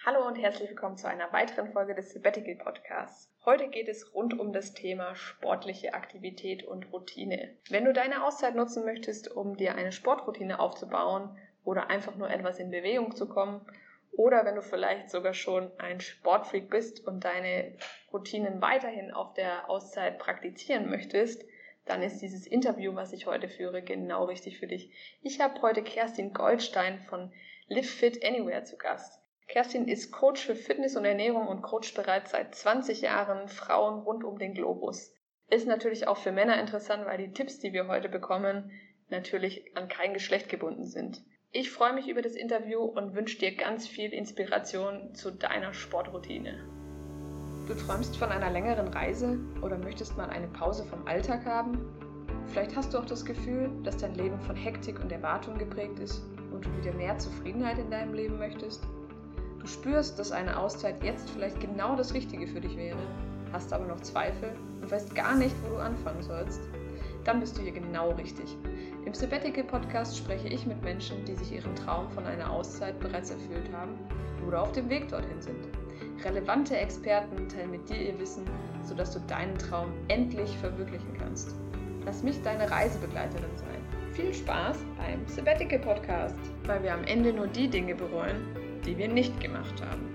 Hallo und herzlich willkommen zu einer weiteren Folge des Sabbatical Podcasts. Heute geht es rund um das Thema sportliche Aktivität und Routine. Wenn du deine Auszeit nutzen möchtest, um dir eine Sportroutine aufzubauen oder einfach nur etwas in Bewegung zu kommen, oder wenn du vielleicht sogar schon ein Sportfreak bist und deine Routinen weiterhin auf der Auszeit praktizieren möchtest, dann ist dieses Interview, was ich heute führe, genau richtig für dich. Ich habe heute Kerstin Goldstein von Live Fit Anywhere zu Gast. Kerstin ist Coach für Fitness und Ernährung und coacht bereits seit 20 Jahren Frauen rund um den Globus. Ist natürlich auch für Männer interessant, weil die Tipps, die wir heute bekommen, natürlich an kein Geschlecht gebunden sind. Ich freue mich über das Interview und wünsche dir ganz viel Inspiration zu deiner Sportroutine. Du träumst von einer längeren Reise oder möchtest mal eine Pause vom Alltag haben? Vielleicht hast du auch das Gefühl, dass dein Leben von Hektik und Erwartung geprägt ist und du wieder mehr Zufriedenheit in deinem Leben möchtest? Du spürst, dass eine Auszeit jetzt vielleicht genau das Richtige für dich wäre, hast aber noch Zweifel und weißt gar nicht, wo du anfangen sollst? Dann bist du hier genau richtig. Im Sabbatical Podcast spreche ich mit Menschen, die sich ihren Traum von einer Auszeit bereits erfüllt haben oder auf dem Weg dorthin sind. Relevante Experten teilen mit dir ihr Wissen, sodass du deinen Traum endlich verwirklichen kannst. Lass mich deine Reisebegleiterin sein. Viel Spaß beim Sabbatical Podcast, weil wir am Ende nur die Dinge bereuen, die wir nicht gemacht haben.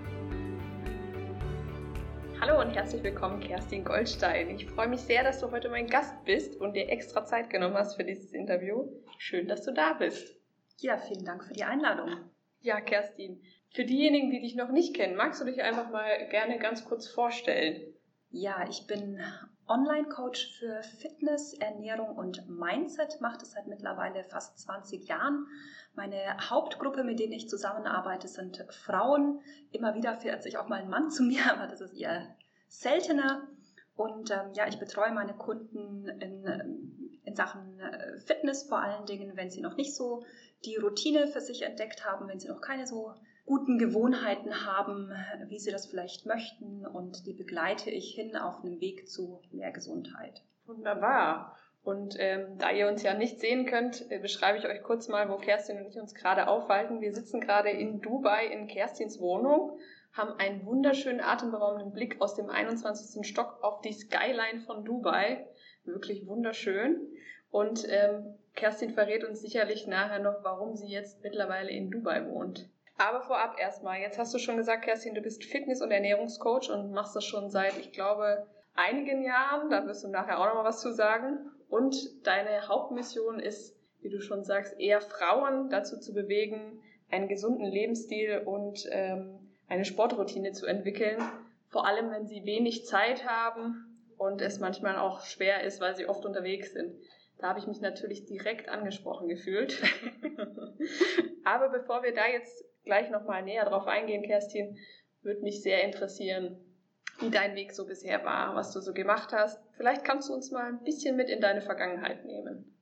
Hallo und herzlich willkommen, Kerstin Goldstein. Ich freue mich sehr, dass du heute mein Gast bist und dir extra Zeit genommen hast für dieses Interview. Schön, dass du da bist. Ja, vielen Dank für die Einladung. Ja, Kerstin, für diejenigen, die dich noch nicht kennen, magst du dich einfach mal gerne ganz kurz vorstellen? Ja, ich bin Online-Coach für Fitness, Ernährung und Mindset, mache das seit mittlerweile fast 20 Jahren. Meine Hauptgruppe, mit denen ich zusammenarbeite, sind Frauen. Immer wieder verirrt sich auch mal ein Mann zu mir, aber das ist eher seltener. Und ich betreue meine Kunden in Sachen Fitness vor allen Dingen, wenn sie noch nicht so die Routine für sich entdeckt haben, wenn sie noch keine so guten Gewohnheiten haben, wie sie das vielleicht möchten, und die begleite ich hin auf einem Weg zu mehr Gesundheit. Wunderbar. Und da ihr uns ja nicht sehen könnt, beschreibe ich euch kurz mal, wo Kerstin und ich uns gerade aufhalten. Wir sitzen gerade in Dubai in Kerstins Wohnung, haben einen wunderschönen atemberaubenden Blick aus dem 21. Stock auf die Skyline von Dubai. Wirklich wunderschön. Und Kerstin verrät uns sicherlich nachher noch, warum sie jetzt mittlerweile in Dubai wohnt. Aber vorab erstmal, jetzt hast du schon gesagt, Kerstin, du bist Fitness- und Ernährungscoach und machst das schon seit, ich glaube, einigen Jahren. Da wirst du nachher auch noch mal was zu sagen. Und deine Hauptmission ist, wie du schon sagst, eher Frauen dazu zu bewegen, einen gesunden Lebensstil und eine Sportroutine zu entwickeln. Vor allem, wenn sie wenig Zeit haben und es manchmal auch schwer ist, weil sie oft unterwegs sind. Da habe ich mich natürlich direkt angesprochen gefühlt. Aber bevor wir da jetzt gleich nochmal näher drauf eingehen, Kerstin, würde mich sehr interessieren, wie dein Weg so bisher war, was du so gemacht hast. Vielleicht kannst du uns mal ein bisschen mit in deine Vergangenheit nehmen.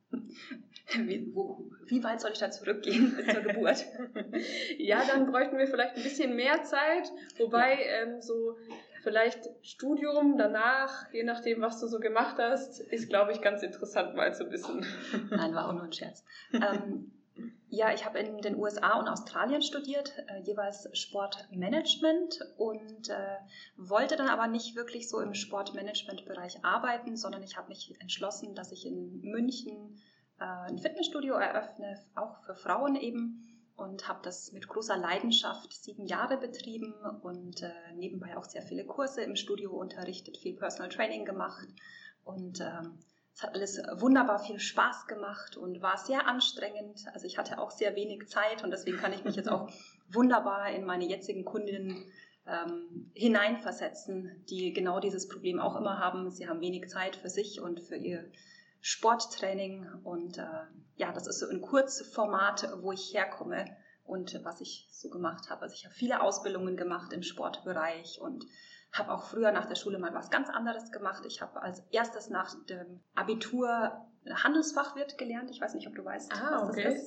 Wie weit soll ich da zurückgehen bis zur Geburt? Ja, dann bräuchten wir vielleicht ein bisschen mehr Zeit, wobei so vielleicht Studium danach, je nachdem, was du so gemacht hast, ist, glaube ich, ganz interessant mal zu wissen. Nein, war auch nur ein Scherz. Ja, ich habe in den USA und Australien studiert, jeweils Sportmanagement, und wollte dann aber nicht wirklich so im Sportmanagement-Bereich arbeiten, sondern ich habe mich entschlossen, dass ich in München ein Fitnessstudio eröffne, auch für Frauen eben, und habe das mit großer Leidenschaft 7 Jahre betrieben und nebenbei auch sehr viele Kurse im Studio unterrichtet, viel Personal Training gemacht, und es hat alles wunderbar viel Spaß gemacht und war sehr anstrengend. Also ich hatte auch sehr wenig Zeit, und deswegen kann ich mich jetzt auch wunderbar in meine jetzigen Kundinnen hineinversetzen, die genau dieses Problem auch immer haben. Sie haben wenig Zeit für sich und für ihr Sporttraining, und das ist so ein Kurzformat, wo ich herkomme und was ich so gemacht habe. Also ich habe viele Ausbildungen gemacht im Sportbereich und habe auch früher nach der Schule mal was ganz anderes gemacht. Ich habe als erstes nach dem Abitur Handelsfachwirt gelernt. Ich weiß nicht, ob du weißt, was okay. das ist.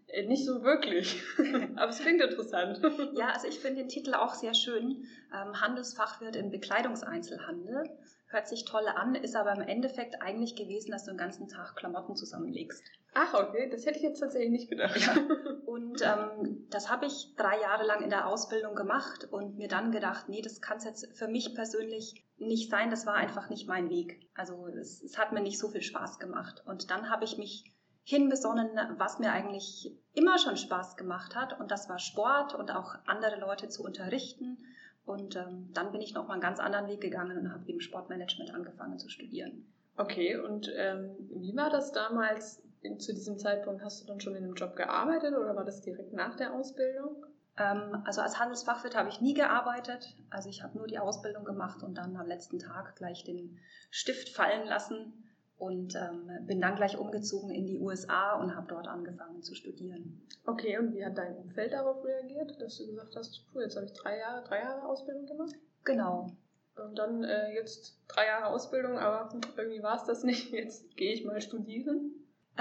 Nicht so wirklich, aber es klingt interessant. Ja, also ich finde den Titel auch sehr schön. Handelsfachwirt im Bekleidungseinzelhandel. Hört sich toll an, ist aber im Endeffekt eigentlich gewesen, dass du den ganzen Tag Klamotten zusammenlegst. Ach, okay, das hätte ich jetzt tatsächlich nicht gedacht. Ja. Und das habe ich 3 Jahre lang in der Ausbildung gemacht und mir dann gedacht, nee, das kann es jetzt für mich persönlich nicht sein, das war einfach nicht mein Weg. Also es hat mir nicht so viel Spaß gemacht. Und dann habe ich mich hinbesonnen, was mir eigentlich immer schon Spaß gemacht hat, und das war Sport und auch andere Leute zu unterrichten. Und dann bin ich nochmal einen ganz anderen Weg gegangen und habe eben Sportmanagement angefangen zu studieren. Okay, und wie war das damals zu diesem Zeitpunkt? Hast du dann schon in einem Job gearbeitet oder war das direkt nach der Ausbildung? Also als Handelsfachwirt habe ich nie gearbeitet. Also ich habe nur die Ausbildung gemacht und dann am letzten Tag gleich den Stift fallen lassen und bin dann gleich umgezogen in die USA und habe dort angefangen zu studieren. Okay, und wie hat dein Umfeld darauf reagiert, dass du gesagt hast, jetzt habe ich 3 Jahre Ausbildung gemacht? Genau. Und dann jetzt 3 Jahre Ausbildung, aber irgendwie war es das nicht. Jetzt gehe ich mal studieren.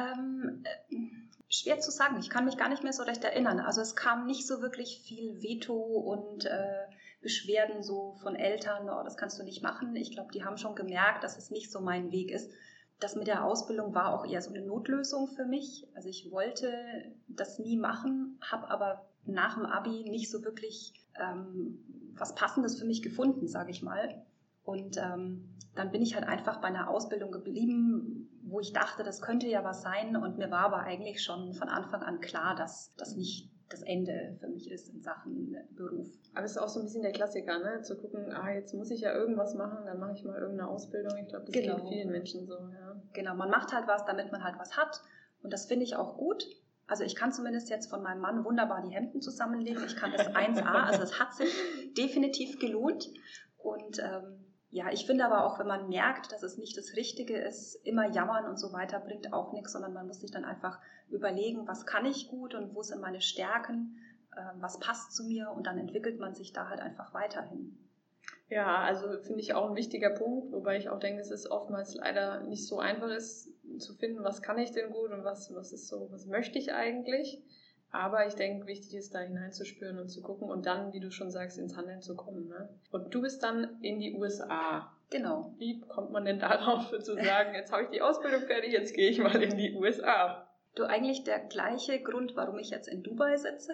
Schwer zu sagen. Ich kann mich gar nicht mehr so recht erinnern. Also es kam nicht so wirklich viel Veto und Beschwerden so von Eltern, oh, das kannst du nicht machen. Ich glaube, die haben schon gemerkt, dass es nicht so mein Weg ist. Das mit der Ausbildung war auch eher so eine Notlösung für mich. Also ich wollte das nie machen, habe aber nach dem Abi nicht so wirklich was Passendes für mich gefunden, sage ich mal. Und dann bin ich halt einfach bei einer Ausbildung geblieben, wo ich dachte, das könnte ja was sein. Und mir war aber eigentlich schon von Anfang an klar, dass das nicht das Ende für mich ist in Sachen Beruf. Aber es ist auch so ein bisschen der Klassiker, ne? Zu gucken, jetzt muss ich ja irgendwas machen, dann mache ich mal irgendeine Ausbildung. Ich glaube, das geht vielen Menschen so, ja. Genau, man macht halt was, damit man halt was hat. Und das finde ich auch gut. Also ich kann zumindest jetzt von meinem Mann wunderbar die Hemden zusammenlegen. Ich kann das 1A, also es hat sich definitiv gelohnt. Und ja, ich finde aber auch, wenn man merkt, dass es nicht das Richtige ist, immer jammern und so weiter bringt auch nichts, sondern man muss sich dann einfach überlegen, was kann ich gut und wo sind meine Stärken, was passt zu mir, und dann entwickelt man sich da halt einfach weiterhin. Ja, also finde ich auch ein wichtiger Punkt, wobei ich auch denke, dass es oftmals leider nicht so einfach ist zu finden, was kann ich denn gut und was möchte ich eigentlich. Aber ich denke, wichtig ist, da hineinzuspüren und zu gucken und dann, wie du schon sagst, ins Handeln zu kommen. Ne? Und du bist dann in die USA. Genau. Wie kommt man denn darauf, zu sagen, jetzt habe ich die Ausbildung fertig, jetzt gehe ich mal in die USA? Du, eigentlich der gleiche Grund, warum ich jetzt in Dubai sitze.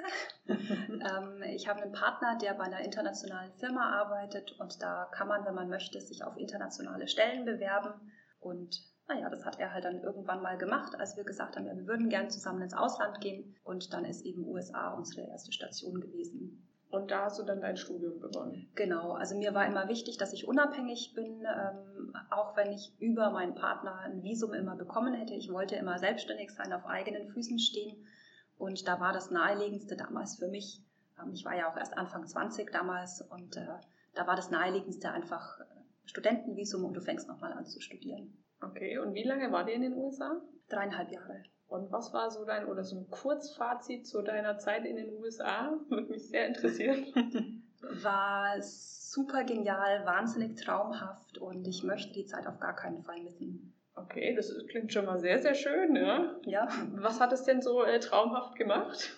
Ich habe einen Partner, der bei einer internationalen Firma arbeitet, und da kann man, wenn man möchte, sich auf internationale Stellen bewerben. Und naja, das hat er halt dann irgendwann mal gemacht, als wir gesagt haben, ja, wir würden gern zusammen ins Ausland gehen. Und dann ist eben USA unsere erste Station gewesen. Und da hast du dann dein Studium begonnen? Genau, also mir war immer wichtig, dass ich unabhängig bin, auch wenn ich über meinen Partner ein Visum immer bekommen hätte. Ich wollte immer selbstständig sein, auf eigenen Füßen stehen, und da war das Naheliegendste damals für mich. Ich war ja auch erst Anfang 20 damals, und da war das Naheliegendste einfach Studentenvisum, und du fängst nochmal an zu studieren. Okay, und wie lange wart ihr in den USA? 3,5 Jahre. Und was war so so ein Kurzfazit zu deiner Zeit in den USA? Würde mich sehr interessieren. War super genial, wahnsinnig traumhaft, und ich möchte die Zeit auf gar keinen Fall missen. Okay, das klingt schon mal sehr, sehr schön, ja? Ja. Was hat es denn so traumhaft gemacht?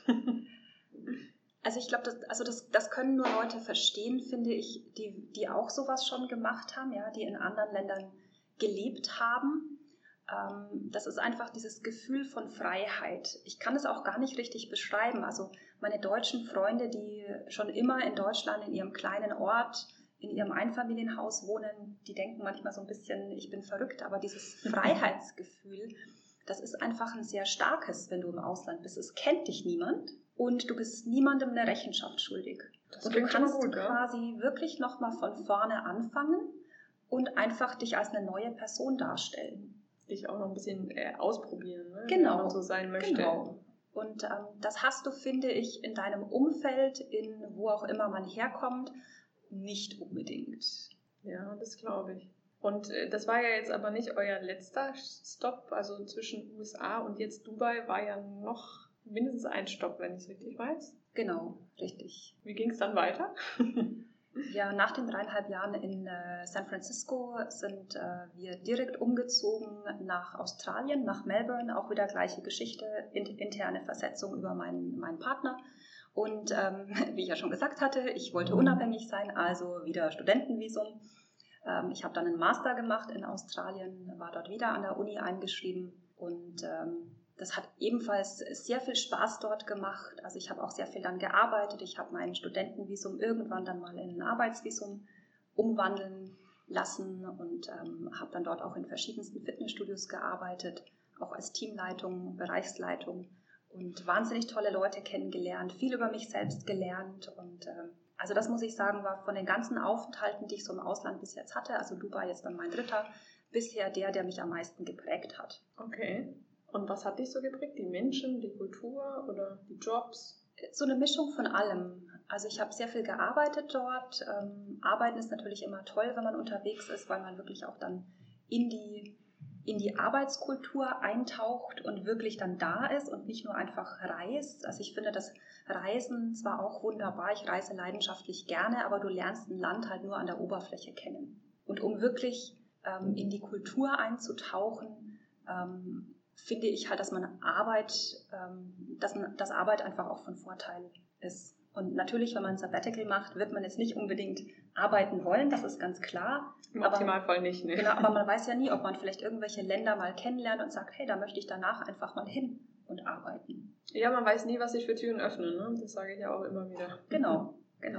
Also ich glaube, das können nur Leute verstehen, finde ich, die auch sowas schon gemacht haben, ja, die in anderen Ländern gelebt haben. Das ist einfach dieses Gefühl von Freiheit. Ich kann es auch gar nicht richtig beschreiben. Also meine deutschen Freunde, die schon immer in Deutschland in ihrem kleinen Ort, in ihrem Einfamilienhaus wohnen, die denken manchmal so ein bisschen, ich bin verrückt, aber dieses Freiheitsgefühl, das ist einfach ein sehr starkes, wenn du im Ausland bist. Es kennt dich niemand und du bist niemandem eine Rechenschaft schuldig. Und du kannst quasi wirklich nochmal von vorne anfangen und einfach dich als eine neue Person darstellen. Dich auch noch ein bisschen ausprobieren, ne? Genau. Wenn man so sein möchte. Genau. Und das hast du, finde ich, in deinem Umfeld, in wo auch immer man herkommt, nicht unbedingt. Ja, das glaube ich. Und das war ja jetzt aber nicht euer letzter Stopp, also zwischen USA und jetzt Dubai war ja noch mindestens ein Stopp, wenn ich es richtig weiß. Genau, richtig. Wie ging es dann weiter? Ja, nach den 3,5 Jahren in San Francisco sind wir direkt umgezogen nach Australien, nach Melbourne. Auch wieder gleiche Geschichte, interne Versetzung über meinen Partner. Und wie ich ja schon gesagt hatte, ich wollte unabhängig sein, also wieder Studentenvisum. Ich habe dann einen Master gemacht in Australien, war dort wieder an der Uni eingeschrieben und das hat ebenfalls sehr viel Spaß dort gemacht. Also ich habe auch sehr viel dann gearbeitet. Ich habe mein Studentenvisum irgendwann dann mal in ein Arbeitsvisum umwandeln lassen und habe dann dort auch in verschiedensten Fitnessstudios gearbeitet, auch als Teamleitung, Bereichsleitung und wahnsinnig tolle Leute kennengelernt, viel über mich selbst gelernt und also das muss ich sagen, war von den ganzen Aufenthalten, die ich so im Ausland bis jetzt hatte, also Dubai jetzt dann mein 3., bisher der mich am meisten geprägt hat. Okay. Und was hat dich so geprägt? Die Menschen, die Kultur oder die Jobs? So eine Mischung von allem. Also ich habe sehr viel gearbeitet dort. Arbeiten ist natürlich immer toll, wenn man unterwegs ist, weil man wirklich auch dann in die Arbeitskultur eintaucht und wirklich dann da ist und nicht nur einfach reist. Also ich finde das Reisen zwar auch wunderbar, ich reise leidenschaftlich gerne, aber du lernst ein Land halt nur an der Oberfläche kennen. Und um wirklich in die Kultur einzutauchen, finde ich halt, dass dass Arbeit einfach auch von Vorteil ist. Und natürlich, wenn man ein Sabbatical macht, wird man jetzt nicht unbedingt arbeiten wollen, das ist ganz klar. Im Optimalfall nicht, ne? Genau, aber man weiß ja nie, ob man vielleicht irgendwelche Länder mal kennenlernt und sagt, hey, da möchte ich danach einfach mal hin und arbeiten. Ja, man weiß nie, was sich für Türen öffnen, ne? Das sage ich ja auch immer wieder. Genau.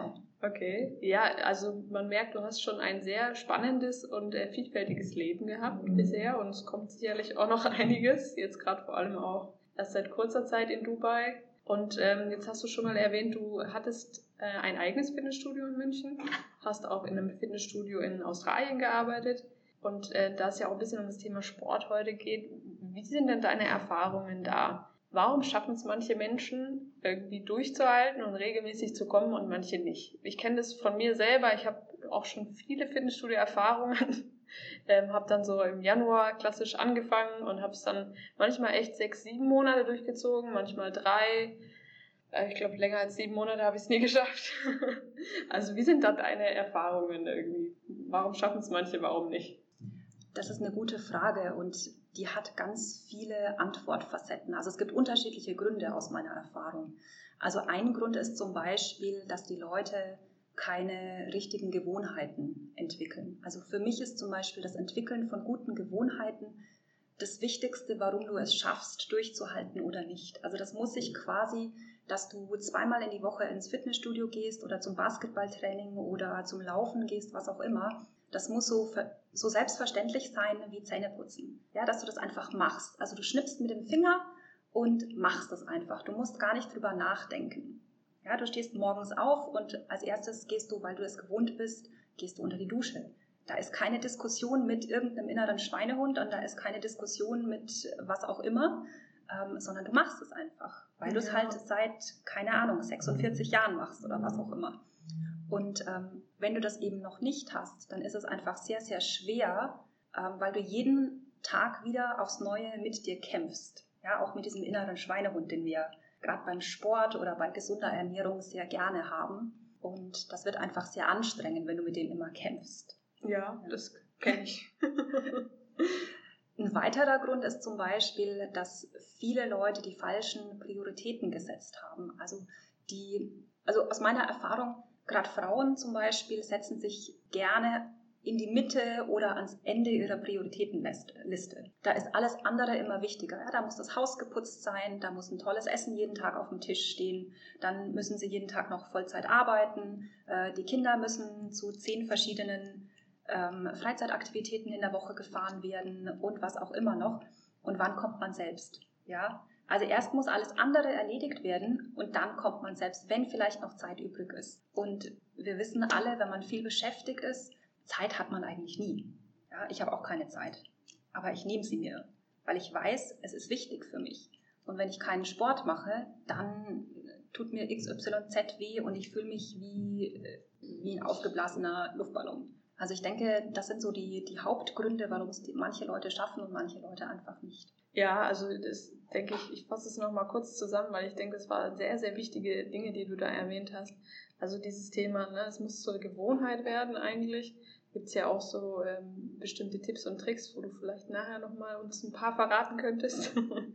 Okay, ja, also man merkt, du hast schon ein sehr spannendes und vielfältiges Leben gehabt bisher und es kommt sicherlich auch noch einiges, jetzt gerade vor allem auch erst seit kurzer Zeit in Dubai. Und jetzt hast du schon mal erwähnt, du hattest ein eigenes Fitnessstudio in München, hast auch in einem Fitnessstudio in Australien gearbeitet und da es ja auch ein bisschen um das Thema Sport heute geht, wie sind denn deine Erfahrungen da? Warum schaffen es manche Menschen, irgendwie durchzuhalten und regelmäßig zu kommen und manche nicht? Ich kenne das von mir selber. Ich habe auch schon viele Fitnessstudio-Erfahrungen. Habe dann so im Januar klassisch angefangen und habe es dann manchmal echt 6, 7 Monate durchgezogen, manchmal 3. Ich glaube, länger als 7 Monate habe ich es nie geschafft. Also wie sind da deine Erfahrungen irgendwie? Warum schaffen es manche, warum nicht? Das ist eine gute Frage und die hat ganz viele Antwortfacetten. Also es gibt unterschiedliche Gründe aus meiner Erfahrung. Also ein Grund ist zum Beispiel, dass die Leute keine richtigen Gewohnheiten entwickeln. Also für mich ist zum Beispiel das Entwickeln von guten Gewohnheiten das Wichtigste, warum du es schaffst, durchzuhalten oder nicht. Also das muss sich quasi, dass du 2-mal in die Woche ins Fitnessstudio gehst oder zum Basketballtraining oder zum Laufen gehst, was auch immer. Das muss so selbstverständlich sein wie Zähneputzen. Ja, dass du das einfach machst. Also du schnippst mit dem Finger und machst das einfach. Du musst gar nicht drüber nachdenken. Ja, du stehst morgens auf und als erstes gehst du, weil du es gewohnt bist, gehst du unter die Dusche. Da ist keine Diskussion mit irgendeinem inneren Schweinehund und da ist keine Diskussion mit was auch immer, sondern du machst es einfach, weil du es halt seit, keine Ahnung, 46 Jahren machst oder was auch immer. Und wenn du das eben noch nicht hast, dann ist es einfach sehr, sehr schwer, weil du jeden Tag wieder aufs Neue mit dir kämpfst. Ja, auch mit diesem inneren Schweinehund, den wir gerade beim Sport oder bei gesunder Ernährung sehr gerne haben. Und das wird einfach sehr anstrengend, wenn du mit dem immer kämpfst. Ja, das kenne ich. Ein weiterer Grund ist zum Beispiel, dass viele Leute die falschen Prioritäten gesetzt haben. Also aus meiner Erfahrung, gerade Frauen zum Beispiel setzen sich gerne in die Mitte oder ans Ende ihrer Prioritätenliste. Da ist alles andere immer wichtiger. Ja, da muss das Haus geputzt sein, da muss ein tolles Essen jeden Tag auf dem Tisch stehen, dann müssen sie jeden Tag noch Vollzeit arbeiten, die Kinder müssen zu 10 verschiedenen Freizeitaktivitäten in der Woche gefahren werden und was auch immer noch. Und wann kommt man selbst? Ja? Also erst muss alles andere erledigt werden und dann kommt man selbst, wenn vielleicht noch Zeit übrig ist. Und wir wissen alle, wenn man viel beschäftigt ist, Zeit hat man eigentlich nie. Ja, ich habe auch keine Zeit, aber ich nehme sie mir, weil ich weiß, es ist wichtig für mich. Und wenn ich keinen Sport mache, dann tut mir XYZ weh und ich fühle mich wie ein aufgeblasener Luftballon. Also ich denke, das sind so die Hauptgründe, warum es manche Leute schaffen und manche Leute einfach nicht. Ja, also das denke ich fasse es nochmal kurz zusammen, weil ich denke, es waren sehr, sehr wichtige Dinge, die du da erwähnt hast. Also dieses Thema, ne, es muss zur Gewohnheit werden eigentlich. Gibt es ja auch so bestimmte Tipps und Tricks, wo du vielleicht nachher nochmal uns ein paar verraten könntest.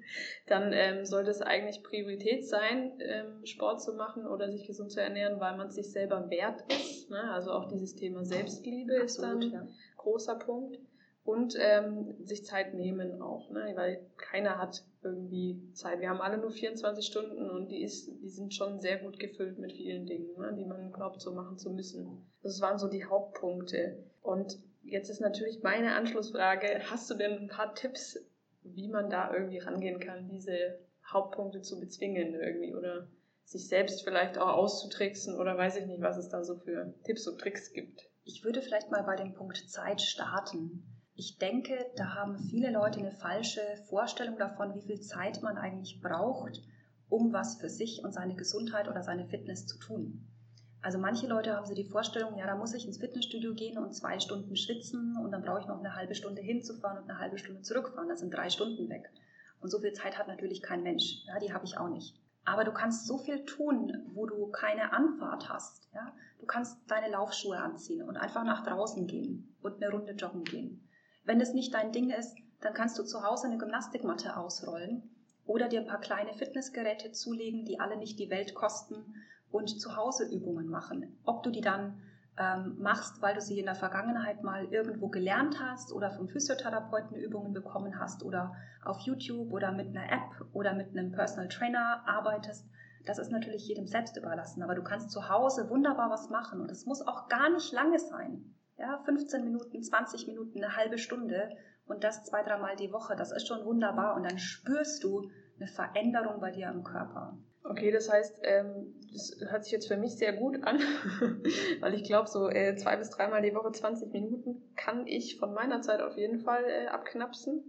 Dann sollte es eigentlich Priorität sein, Sport zu machen oder sich gesund zu ernähren, weil man es sich selber wert ist. Ne? Also auch dieses Thema Selbstliebe ist dann ein großer Punkt. Und sich Zeit nehmen auch, ne? Weil keiner hat irgendwie Zeit. Wir haben alle nur 24 Stunden und die sind schon sehr gut gefüllt mit vielen Dingen, ne? Die man glaubt, so machen zu müssen. Das waren so die Hauptpunkte. Und jetzt ist natürlich meine Anschlussfrage, hast du denn ein paar Tipps, wie man da irgendwie rangehen kann, diese Hauptpunkte zu bezwingen irgendwie oder sich selbst vielleicht auch auszutricksen oder weiß ich nicht, was es da so für Tipps und Tricks gibt? Ich würde vielleicht mal bei dem Punkt Zeit starten. Ich denke, da haben viele Leute eine falsche Vorstellung davon, wie viel Zeit man eigentlich braucht, um was für sich und seine Gesundheit oder seine Fitness zu tun. Also manche Leute haben so die Vorstellung, ja, da muss ich ins Fitnessstudio gehen und 2 Stunden schwitzen und dann brauche ich noch eine halbe Stunde hinzufahren und eine halbe Stunde zurückfahren. Das sind 3 Stunden weg. Und so viel Zeit hat natürlich kein Mensch. Ja, die habe ich auch nicht. Aber du kannst so viel tun, wo du keine Anfahrt hast. Ja? Du kannst deine Laufschuhe anziehen und einfach nach draußen gehen und eine Runde joggen gehen. Wenn es nicht dein Ding ist, dann kannst du zu Hause eine Gymnastikmatte ausrollen oder dir ein paar kleine Fitnessgeräte zulegen, die alle nicht die Welt kosten und zu Hause Übungen machen. Ob du die dann machst, weil du sie in der Vergangenheit mal irgendwo gelernt hast oder vom Physiotherapeuten Übungen bekommen hast oder auf YouTube oder mit einer App oder mit einem Personal Trainer arbeitest, das ist natürlich jedem selbst überlassen. Aber du kannst zu Hause wunderbar was machen und es muss auch gar nicht lange sein. Ja, 15 Minuten, 20 Minuten, eine halbe Stunde und das 2-3 Mal die Woche, das ist schon wunderbar und dann spürst du eine Veränderung bei dir im Körper. Okay, das heißt, das hört sich jetzt für mich sehr gut an, weil ich glaube, so 2 bis 3 Mal die Woche 20 Minuten kann ich von meiner Zeit auf jeden Fall abknapsen.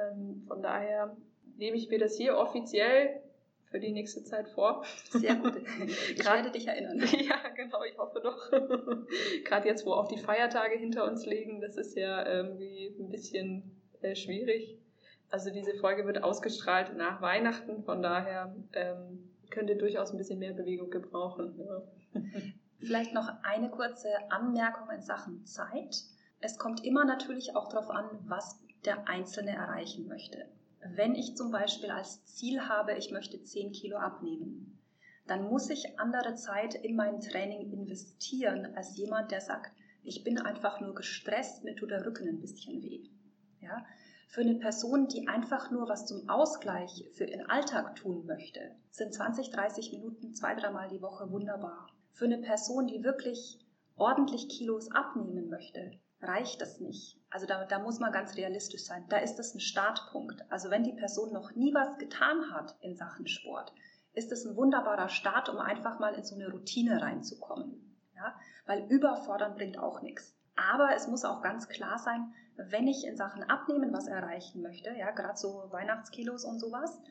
Von daher nehme ich mir das hier offiziell für die nächste Zeit vor. Sehr gut. Ich werde dich erinnern. Ja, genau, ich hoffe doch. Gerade jetzt, wo auch die Feiertage hinter uns liegen, das ist ja irgendwie ein bisschen schwierig. Also diese Folge wird ausgestrahlt nach Weihnachten, von daher könnte durchaus ein bisschen mehr Bewegung gebrauchen. Ja. Vielleicht noch eine kurze Anmerkung in Sachen Zeit. Es kommt immer natürlich auch darauf an, was der Einzelne erreichen möchte. Wenn ich zum Beispiel als Ziel habe, ich möchte 10 Kilo abnehmen, dann muss ich andere Zeit in mein Training investieren als jemand, der sagt, ich bin einfach nur gestresst, mir tut der Rücken ein bisschen weh. Ja? Für eine Person, die einfach nur was zum Ausgleich für ihren Alltag tun möchte, sind 20, 30 Minuten 2-3 Mal die Woche wunderbar. Für eine Person, die wirklich ordentlich Kilos abnehmen möchte, reicht das nicht. Also da muss man ganz realistisch sein. Da ist das ein Startpunkt. Also wenn die Person noch nie was getan hat in Sachen Sport, ist es ein wunderbarer Start, um einfach mal in so eine Routine reinzukommen. Ja? Weil überfordern bringt auch nichts. Aber es muss auch ganz klar sein, wenn ich in Sachen Abnehmen was erreichen möchte, ja, gerade so Weihnachtskilos und sowas,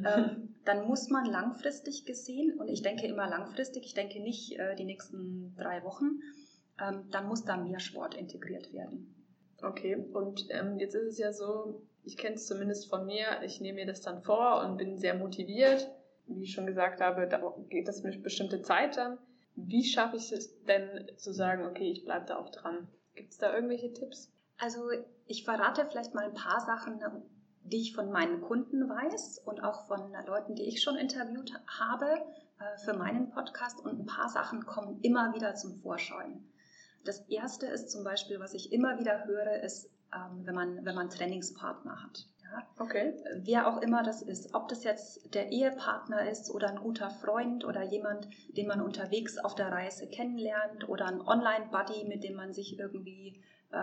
dann muss man langfristig gesehen, und ich denke immer langfristig, ich denke nicht die nächsten 3 Wochen, dann muss da mehr Sport integriert werden. Okay, und jetzt ist es ja so, ich kenne es zumindest von mir, ich nehme mir das dann vor und bin sehr motiviert. Wie ich schon gesagt habe, da geht das eine bestimmte Zeit dann. Wie schaffe ich es denn zu sagen, okay, ich bleibe da auch dran? Gibt es da irgendwelche Tipps? Also ich verrate vielleicht mal ein paar Sachen, die ich von meinen Kunden weiß und auch von Leuten, die ich schon interviewt habe für meinen Podcast, und ein paar Sachen kommen immer wieder zum Vorschein. Das erste ist zum Beispiel, was ich immer wieder höre, ist, wenn man Trainingspartner hat. Ja? Okay. Wer auch immer das ist, ob das jetzt der Ehepartner ist oder ein guter Freund oder jemand, den man unterwegs auf der Reise kennenlernt oder ein Online-Buddy, mit dem man sich irgendwie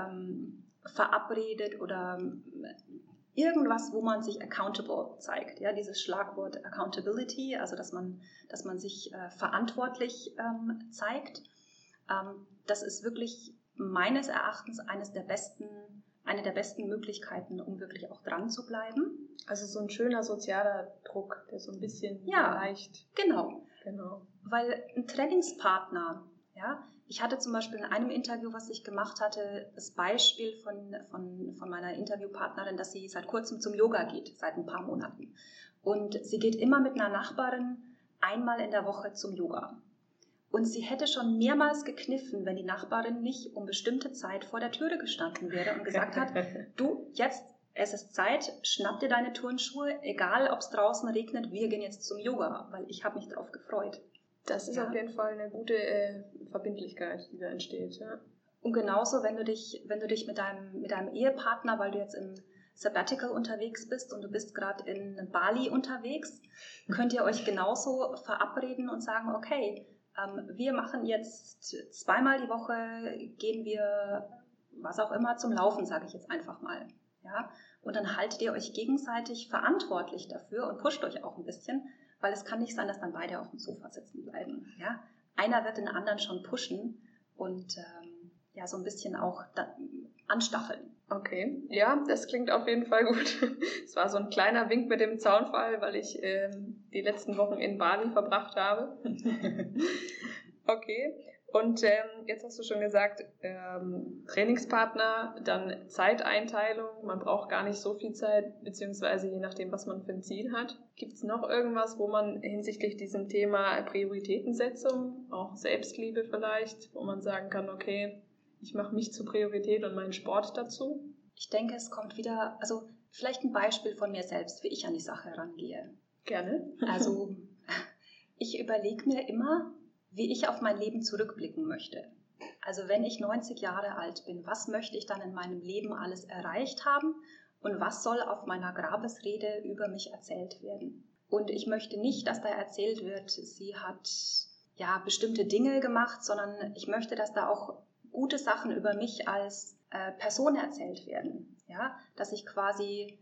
verabredet oder irgendwas, wo man sich accountable zeigt. Ja, dieses Schlagwort Accountability, also dass man sich verantwortlich zeigt. Das ist wirklich meines Erachtens eine der besten Möglichkeiten, um wirklich auch dran zu bleiben. Also so ein schöner sozialer Druck, der so ein bisschen leicht. Genau. Weil ein Trainingspartner, ja, ich hatte zum Beispiel in einem Interview, was ich gemacht hatte, das Beispiel von meiner Interviewpartnerin, dass sie seit kurzem zum Yoga geht, seit ein paar Monaten. Und sie geht immer mit einer Nachbarin einmal in der Woche zum Yoga. Und sie hätte schon mehrmals gekniffen, wenn die Nachbarin nicht um bestimmte Zeit vor der Türe gestanden wäre und gesagt hat, du, jetzt, es ist Zeit, schnapp dir deine Turnschuhe, egal ob es draußen regnet, wir gehen jetzt zum Yoga, weil ich habe mich darauf gefreut. Das ist auf jeden Fall eine gute Verbindlichkeit, die da entsteht. Ja. Und genauso, wenn du dich mit deinem Ehepartner, weil du jetzt im Sabbatical unterwegs bist und du bist gerade in Bali unterwegs, könnt ihr euch genauso verabreden und sagen, okay, wir machen jetzt 2-mal die Woche, gehen wir, was auch immer, zum Laufen, sage ich jetzt einfach mal. Ja? Und dann haltet ihr euch gegenseitig verantwortlich dafür und pusht euch auch ein bisschen, weil es kann nicht sein, dass dann beide auf dem Sofa sitzen bleiben. Ja? Einer wird den anderen schon pushen und so ein bisschen auch anstacheln. Okay, ja, das klingt auf jeden Fall gut. Es war so ein kleiner Wink mit dem Zaunfall, weil ich die letzten Wochen in Bali verbracht habe. Okay, und jetzt hast du schon gesagt, Trainingspartner, dann Zeiteinteilung. Man braucht gar nicht so viel Zeit, beziehungsweise je nachdem, was man für ein Ziel hat. Gibt es noch irgendwas, wo man hinsichtlich diesem Thema Prioritätensetzung, auch Selbstliebe vielleicht, wo man sagen kann, okay, ich mache mich zur Priorität und meinen Sport dazu? Ich denke, es kommt wieder, also vielleicht ein Beispiel von mir selbst, wie ich an die Sache herangehe. Gerne. Also ich überlege mir immer, wie ich auf mein Leben zurückblicken möchte. Also wenn ich 90 Jahre alt bin, was möchte ich dann in meinem Leben alles erreicht haben und was soll auf meiner Grabesrede über mich erzählt werden? Und ich möchte nicht, dass da erzählt wird, sie hat bestimmte Dinge gemacht, sondern ich möchte, dass da auch gute Sachen über mich als Person erzählt werden. Ja? Dass ich quasi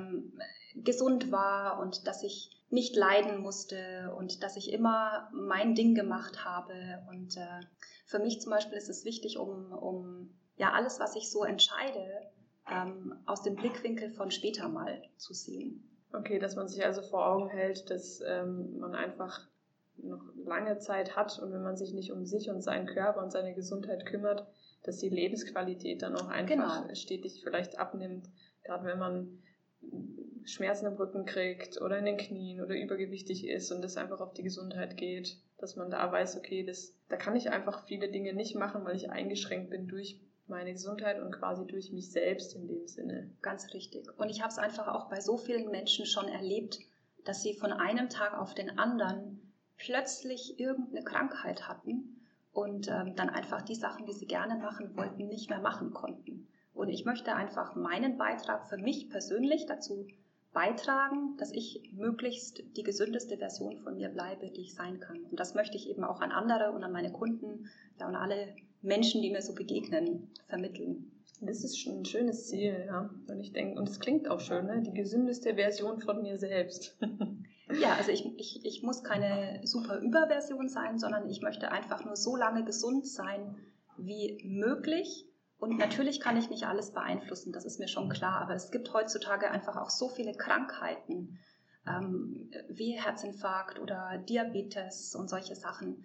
gesund war und dass ich nicht leiden musste und dass ich immer mein Ding gemacht habe. Und für mich zum Beispiel ist es wichtig, um alles, was ich so entscheide, aus dem Blickwinkel von später mal zu sehen. Okay, dass man sich also vor Augen hält, dass man einfach noch lange Zeit hat und wenn man sich nicht um sich und seinen Körper und seine Gesundheit kümmert, dass die Lebensqualität dann auch einfach stetig vielleicht abnimmt. Gerade wenn man Schmerzen im Rücken kriegt oder in den Knien oder übergewichtig ist und das einfach auf die Gesundheit geht, dass man da weiß, okay, da kann ich einfach viele Dinge nicht machen, weil ich eingeschränkt bin durch meine Gesundheit und quasi durch mich selbst in dem Sinne. Ganz richtig. Und ich habe es einfach auch bei so vielen Menschen schon erlebt, dass sie von einem Tag auf den anderen plötzlich irgendeine Krankheit hatten und dann einfach die Sachen, die sie gerne machen wollten, nicht mehr machen konnten. Und ich möchte einfach meinen Beitrag für mich persönlich dazu beitragen, dass ich möglichst die gesündeste Version von mir bleibe, die ich sein kann. Und das möchte ich eben auch an andere und an meine Kunden und alle Menschen, die mir so begegnen, vermitteln. Das ist schon ein schönes Ziel, ja. Und ich denke, und es klingt auch schön, ne? Die gesündeste Version von mir selbst. Ja, also ich muss keine super Überversion sein, sondern ich möchte einfach nur so lange gesund sein wie möglich. Und natürlich kann ich nicht alles beeinflussen, das ist mir schon klar, aber es gibt heutzutage einfach auch so viele Krankheiten, wie Herzinfarkt oder Diabetes und solche Sachen,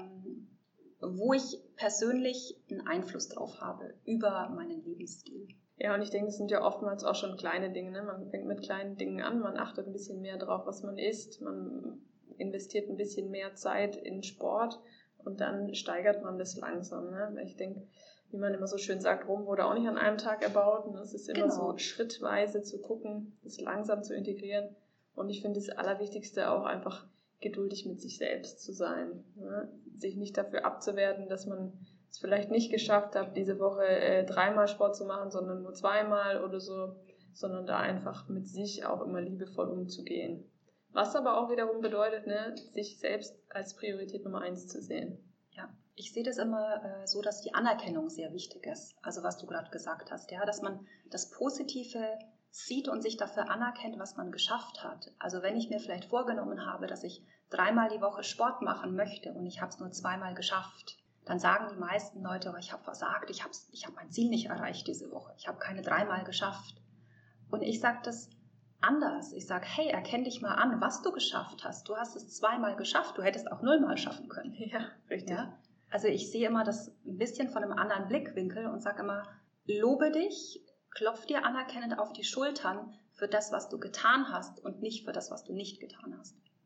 wo ich persönlich einen Einfluss drauf habe über meinen Lebensstil. Ja, und ich denke, es sind ja oftmals auch schon kleine Dinge, ne? Man fängt mit kleinen Dingen an, man achtet ein bisschen mehr drauf, was man isst, man investiert ein bisschen mehr Zeit in Sport und dann steigert man das langsam, ne? Weil ich denke, wie man immer so schön sagt, Rom wurde auch nicht an einem Tag erbaut. Und es ist immer so schrittweise zu gucken, das langsam zu integrieren. Und ich finde das Allerwichtigste auch einfach geduldig mit sich selbst zu sein. Ne? Sich nicht dafür abzuwerten, dass man es vielleicht nicht geschafft hat, diese Woche 3-mal Sport zu machen, sondern nur 2-mal oder so, sondern da einfach mit sich auch immer liebevoll umzugehen. Was aber auch wiederum bedeutet, ne, sich selbst als Priorität Nummer 1 zu sehen. Ja, ich sehe das immer so, dass die Anerkennung sehr wichtig ist. Also was du gerade gesagt hast, ja, dass man das Positive sieht und sich dafür anerkennt, was man geschafft hat. Also wenn ich mir vielleicht vorgenommen habe, dass ich 3-mal die Woche Sport machen möchte und ich habe es nur 2-mal geschafft, dann sagen die meisten Leute, oh, ich habe versagt, ich habe mein Ziel nicht erreicht diese Woche, ich habe keine 3-mal geschafft. Und ich sage das anders. Ich sage, hey, erkenn dich mal an, was du geschafft hast. Du hast es 2-mal geschafft, du hättest auch 0-mal schaffen können. Ja, richtig. Ja? Also ich sehe immer das ein bisschen von einem anderen Blickwinkel und sage immer, lobe dich, klopf dir anerkennend auf die Schultern für das, was du getan hast und nicht für das, was du nicht getan hast.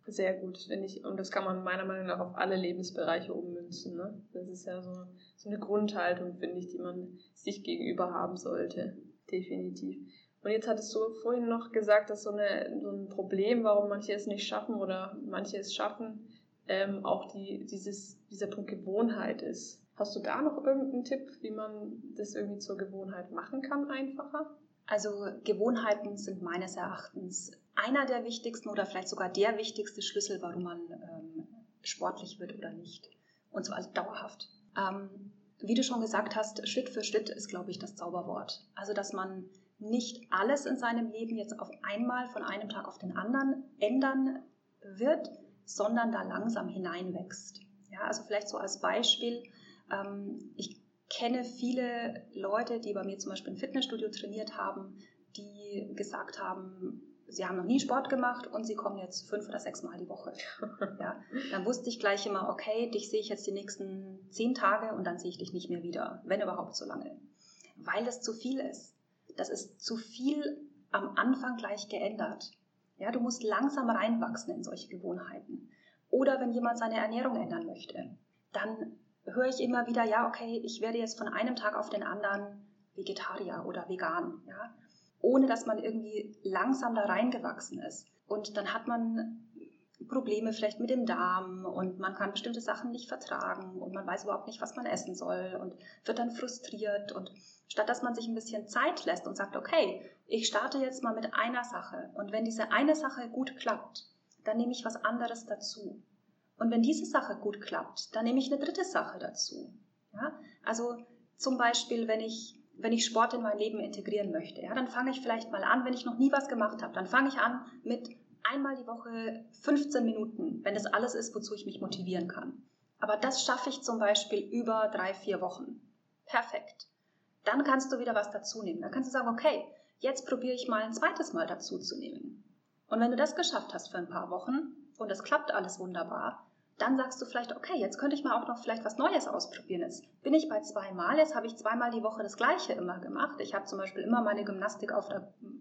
Sehr gut, finde ich. Und das kann man meiner Meinung nach auf alle Lebensbereiche ummünzen. Ne? Das ist ja so eine Grundhaltung, finde ich, die man sich gegenüber haben sollte. Definitiv. Und jetzt hattest du vorhin noch gesagt, dass so ein Problem, warum manche es nicht schaffen oder manche es schaffen, auch dieser Punkt Gewohnheit ist. Hast du da noch irgendeinen Tipp, wie man das irgendwie zur Gewohnheit machen kann, einfacher? Also Gewohnheiten sind meines Erachtens einer der wichtigsten oder vielleicht sogar der wichtigste Schlüssel, warum man sportlich wird oder nicht. Und zwar dauerhaft. Wie du schon gesagt hast, Schritt für Schritt ist, glaube ich, das Zauberwort. Also dass man nicht alles in seinem Leben jetzt auf einmal von einem Tag auf den anderen ändern wird, sondern da langsam hineinwächst. Ja, also vielleicht so als Beispiel, ich kenne viele Leute, die bei mir zum Beispiel im Fitnessstudio trainiert haben, die gesagt haben, sie haben noch nie Sport gemacht und sie kommen jetzt 5 oder 6 Mal die Woche. Ja, dann wusste ich gleich immer, okay, dich sehe ich jetzt die nächsten 10 Tage und dann sehe ich dich nicht mehr wieder, wenn überhaupt so lange. Weil das zu viel ist. Das ist zu viel am Anfang gleich geändert. Ja, du musst langsam reinwachsen in solche Gewohnheiten. Oder wenn jemand seine Ernährung ändern möchte, dann höre ich immer wieder, ja, okay, ich werde jetzt von einem Tag auf den anderen Vegetarier oder vegan, ja, ohne dass man irgendwie langsam da reingewachsen ist. Und dann hat man Probleme vielleicht mit dem Darm und man kann bestimmte Sachen nicht vertragen und man weiß überhaupt nicht, was man essen soll und wird dann frustriert. Und statt dass man sich ein bisschen Zeit lässt und sagt, okay, ich starte jetzt mal mit einer Sache und wenn diese eine Sache gut klappt, dann nehme ich was anderes dazu. Und wenn diese Sache gut klappt, dann nehme ich eine dritte Sache dazu. Ja? Also zum Beispiel, wenn ich Sport in mein Leben integrieren möchte, ja, dann fange ich vielleicht mal an, wenn ich noch nie was gemacht habe, dann fange ich an mit einmal die Woche 15 Minuten, wenn das alles ist, wozu ich mich motivieren kann. Aber das schaffe ich zum Beispiel über 3-4 Wochen. Perfekt. Dann kannst du wieder was dazu nehmen. Dann kannst du sagen, okay, jetzt probiere ich mal ein zweites Mal dazu zu nehmen. Und wenn du das geschafft hast für ein paar Wochen und es klappt alles wunderbar, dann sagst du vielleicht, okay, jetzt könnte ich mal auch noch vielleicht was Neues ausprobieren. Jetzt bin ich bei 2 Mal, jetzt habe ich 2 Mal die Woche das Gleiche immer gemacht. Ich habe zum Beispiel immer meine Gymnastik auf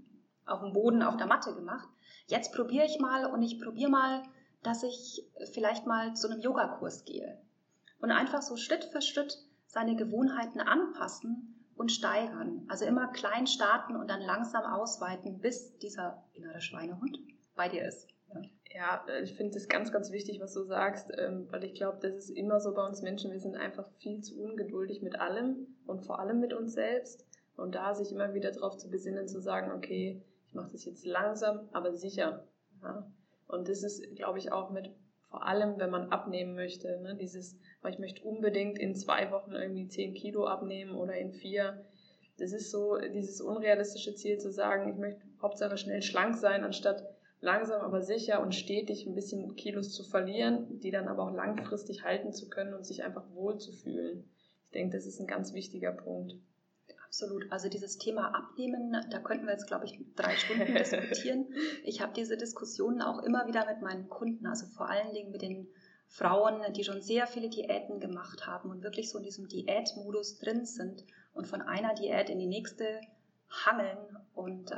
dem Boden, auf der Matte gemacht. Jetzt probiere ich mal und ich probiere mal, dass ich vielleicht mal zu einem Yogakurs gehe. Und einfach so Schritt für Schritt seine Gewohnheiten anpassen und steigern. Also immer klein starten und dann langsam ausweiten, bis dieser innere Schweinehund bei dir ist. Ja, ich finde es ganz, ganz wichtig, was du sagst, weil ich glaube, das ist immer so bei uns Menschen, wir sind einfach viel zu ungeduldig mit allem und vor allem mit uns selbst. Und da sich immer wieder darauf zu besinnen, zu sagen, okay, ich mache das jetzt langsam, aber sicher. Ja? Und das ist, glaube ich, auch vor allem, wenn man abnehmen möchte, ne? Ich möchte unbedingt in 2 Wochen irgendwie 10 Kilo abnehmen oder in 4. Das ist so dieses unrealistische Ziel zu sagen, ich möchte Hauptsache schnell schlank sein, anstatt langsam aber sicher und stetig ein bisschen Kilos zu verlieren, die dann aber auch langfristig halten zu können und sich einfach wohl zu fühlen. Ich denke, das ist ein ganz wichtiger Punkt. Absolut. Also dieses Thema Abnehmen, da könnten wir jetzt, glaube ich, 3 Stunden diskutieren. Ich habe diese Diskussionen auch immer wieder mit meinen Kunden, also vor allen Dingen mit den Frauen, die schon sehr viele Diäten gemacht haben und wirklich so in diesem Diätmodus drin sind und von einer Diät in die nächste hangeln. Und